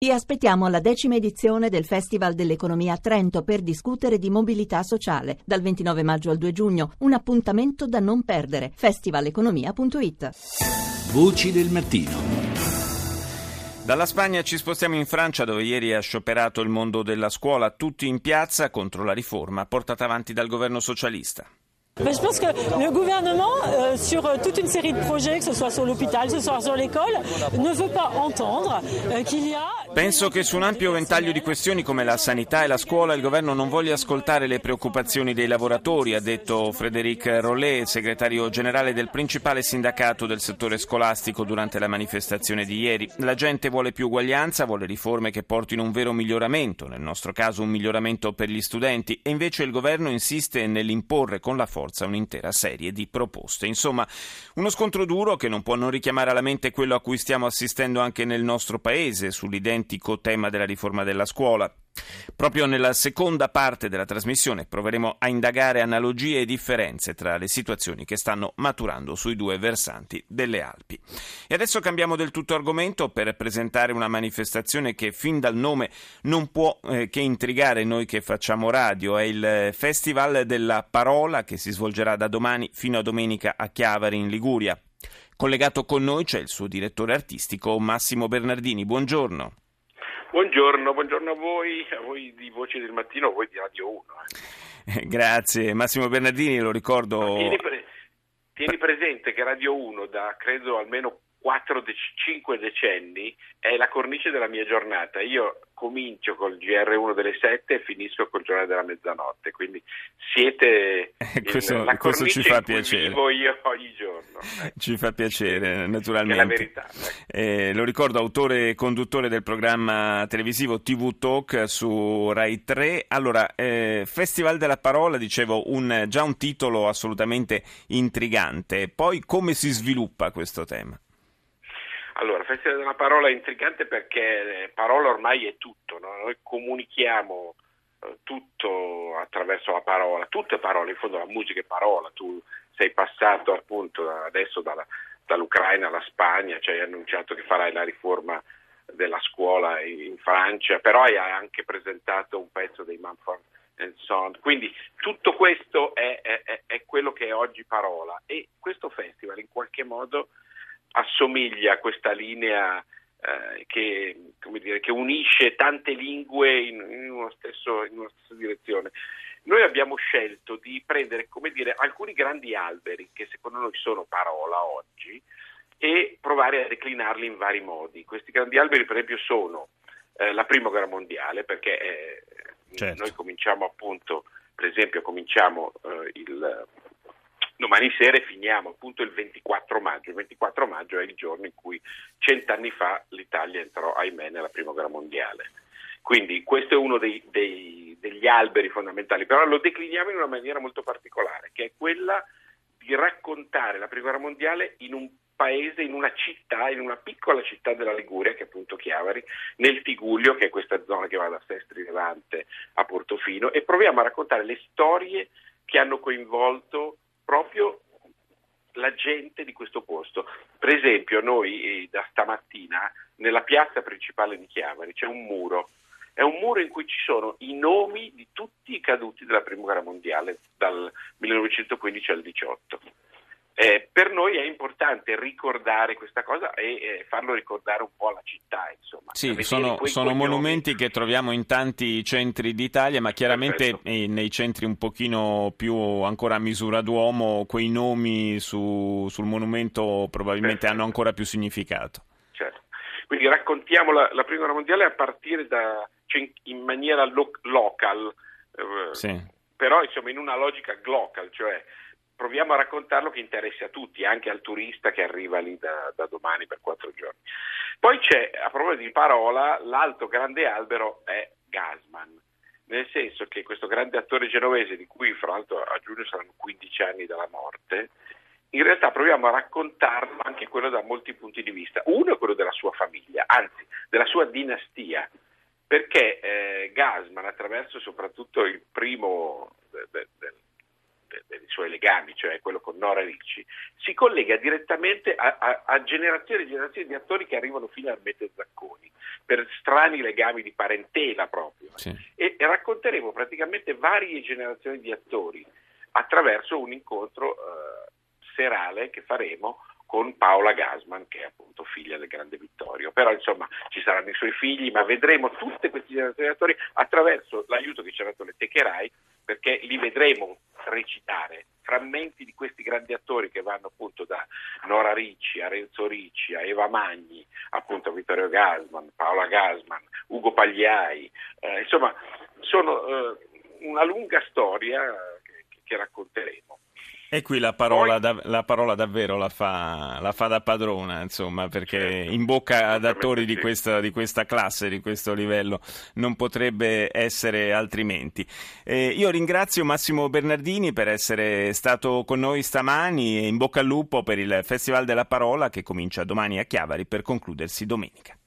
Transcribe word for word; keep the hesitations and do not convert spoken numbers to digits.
Vi aspettiamo alla decima edizione del Festival dell'Economia a Trento per discutere di mobilità sociale. Dal ventinove maggio al due giugno, un appuntamento da non perdere. festivaleconomia punto it. Voci del mattino. Dalla Spagna ci spostiamo in Francia, dove ieri ha scioperato il mondo della scuola, tutti in piazza contro la riforma portata avanti dal governo socialista. Je pense que le gouvernement, euh, sur toute une série de projets, que ce soit sur l'hôpital, que ce soit sur l'école, ne veut pas entendre euh, qu'il y a... Penso che su un ampio ventaglio di questioni come la sanità e la scuola il governo non voglia ascoltare le preoccupazioni dei lavoratori, ha detto Frédéric Rollet, segretario generale del principale sindacato del settore scolastico durante la manifestazione di ieri. La gente vuole più uguaglianza, vuole riforme che portino un vero miglioramento, nel nostro caso un miglioramento per gli studenti, e invece il governo insiste nell'imporre con la forza un'intera serie di proposte. Insomma, uno scontro duro che non può non richiamare alla mente quello a cui stiamo assistendo anche nel nostro paese sull'identico tema della riforma della scuola. Proprio nella seconda parte della trasmissione proveremo a indagare analogie e differenze tra le situazioni che stanno maturando sui due versanti delle Alpi. E adesso cambiamo del tutto argomento per presentare una manifestazione che fin dal nome non può eh, che intrigare noi che facciamo radio. È il Festival della Parola che si svolgerà da domani fino a domenica a Chiavari in Liguria. Collegato con noi c'è il suo direttore artistico Massimo Bernardini. Buongiorno. Buongiorno, buongiorno a voi, a voi di Voci del Mattino, a voi di Radio uno. Eh. Grazie, Massimo Bernardini, lo ricordo... Tieni, pre- tieni presente che Radio uno da credo almeno quattro cinque decenni è la cornice della mia giornata. Io comincio col G R uno delle sette e finisco col giornale della mezzanotte, quindi siete eh, questo, il, la questo cornice ci fa in cui piacere. vivo io ogni giorno. Eh. Ci fa piacere, naturalmente. È la verità. Eh, lo ricordo, autore e conduttore del programma televisivo T V Talk su Rai tre. Allora, eh, Festival della Parola, dicevo, un, già un titolo assolutamente intrigante. Poi come si sviluppa questo tema? Allora, Festival della Parola è intrigante perché parola ormai è tutto, no? Noi comunichiamo eh, tutto attraverso la parola, tutto è parola, in fondo la musica è parola. Tu sei passato appunto adesso dalla, dall'Ucraina alla Spagna, cioè hai annunciato che farai la riforma della scuola in, in Francia, però hai anche presentato un pezzo dei Mumford and Sons, quindi tutto questo è, è, è quello che è oggi parola, e questo festival in qualche modo assomiglia a questa linea eh, che, come dire, che unisce tante lingue in, in, uno stesso, in una stessa direzione. Noi abbiamo scelto di prendere, come dire, alcuni grandi alberi che secondo noi sono parola oggi e provare a declinarli in vari modi. Questi grandi alberi per esempio sono eh, la Prima Guerra Mondiale, perché eh, certo. Noi cominciamo appunto, per esempio cominciamo eh, il domani sera e finiamo appunto il ventiquattro maggio. Il ventiquattro maggio è il giorno in cui cent'anni fa l'Italia entrò, ahimè, nella Prima Guerra Mondiale. Quindi questo è uno dei, dei, degli alberi fondamentali, però lo decliniamo in una maniera molto particolare, che è quella di raccontare la Prima Guerra Mondiale in un paese, in una città, in una piccola città della Liguria, che è appunto Chiavari, nel Tigullio, che è questa zona che va da Sestri Levante a Portofino, e proviamo a raccontare le storie che hanno coinvolto proprio la gente di questo posto. Per esempio noi da stamattina nella piazza principale di Chiavari c'è un muro, è un muro in cui ci sono i nomi di tutti i caduti della Prima Guerra Mondiale dal millenovecentoquindici al diciotto. Eh, per noi è importante ricordare questa cosa e eh, farlo ricordare un po' alla città, insomma. Sì, sono, sono monumenti che troviamo in tanti centri d'Italia, ma chiaramente eh, nei centri un pochino più ancora a misura d'uomo quei nomi su, sul monumento probabilmente Perfetto. Hanno ancora più significato. Certo. Quindi raccontiamo la, la Prima Guerra Mondiale a partire da, cioè in, in maniera lo, local, eh, sì. Però insomma in una logica global, cioè proviamo a raccontarlo che interessi a tutti, anche al turista che arriva lì da, da domani per quattro giorni. Poi c'è, a proposito di parola, l'altro grande albero è Gassman, nel senso che questo grande attore genovese, di cui fra l'altro a giugno saranno quindici anni dalla morte, in realtà proviamo a raccontarlo anche quello da molti punti di vista. Uno è quello della sua famiglia, anzi della sua dinastia, perché eh, Gassman, attraverso soprattutto il primo de, de, de, de, dei suoi legami, cioè quello con Nora Ricci, si collega direttamente a, a, a generazioni e generazioni di attori che arrivano fino a Ermete Zacconi, per strani legami di parentela proprio. Sì. E, e racconteremo praticamente varie generazioni di attori attraverso un incontro eh, serale che faremo con Paola Gassman, che è appunto figlia del grande Vittorio. Però insomma ci saranno i suoi figli, ma vedremo tutte queste generazioni di attori attraverso l'aiuto che ci ha dato le Techerai, perché li vedremo recitare frammenti di questi grandi attori che vanno appunto da Nora Ricci a Renzo Ricci, a Eva Magni, appunto a Vittorio Gassman, Paola Gassman, Ugo Pagliai, eh, insomma sono eh, una lunga storia che, che racconteremo. E qui la parola, da, la parola davvero la fa, la fa da padrona, insomma, perché in bocca ad attori di questa, di questa classe, di questo livello, non potrebbe essere altrimenti. Eh, io ringrazio Massimo Bernardini per essere stato con noi stamani e in bocca al lupo per il Festival della Parola che comincia domani a Chiavari per concludersi domenica.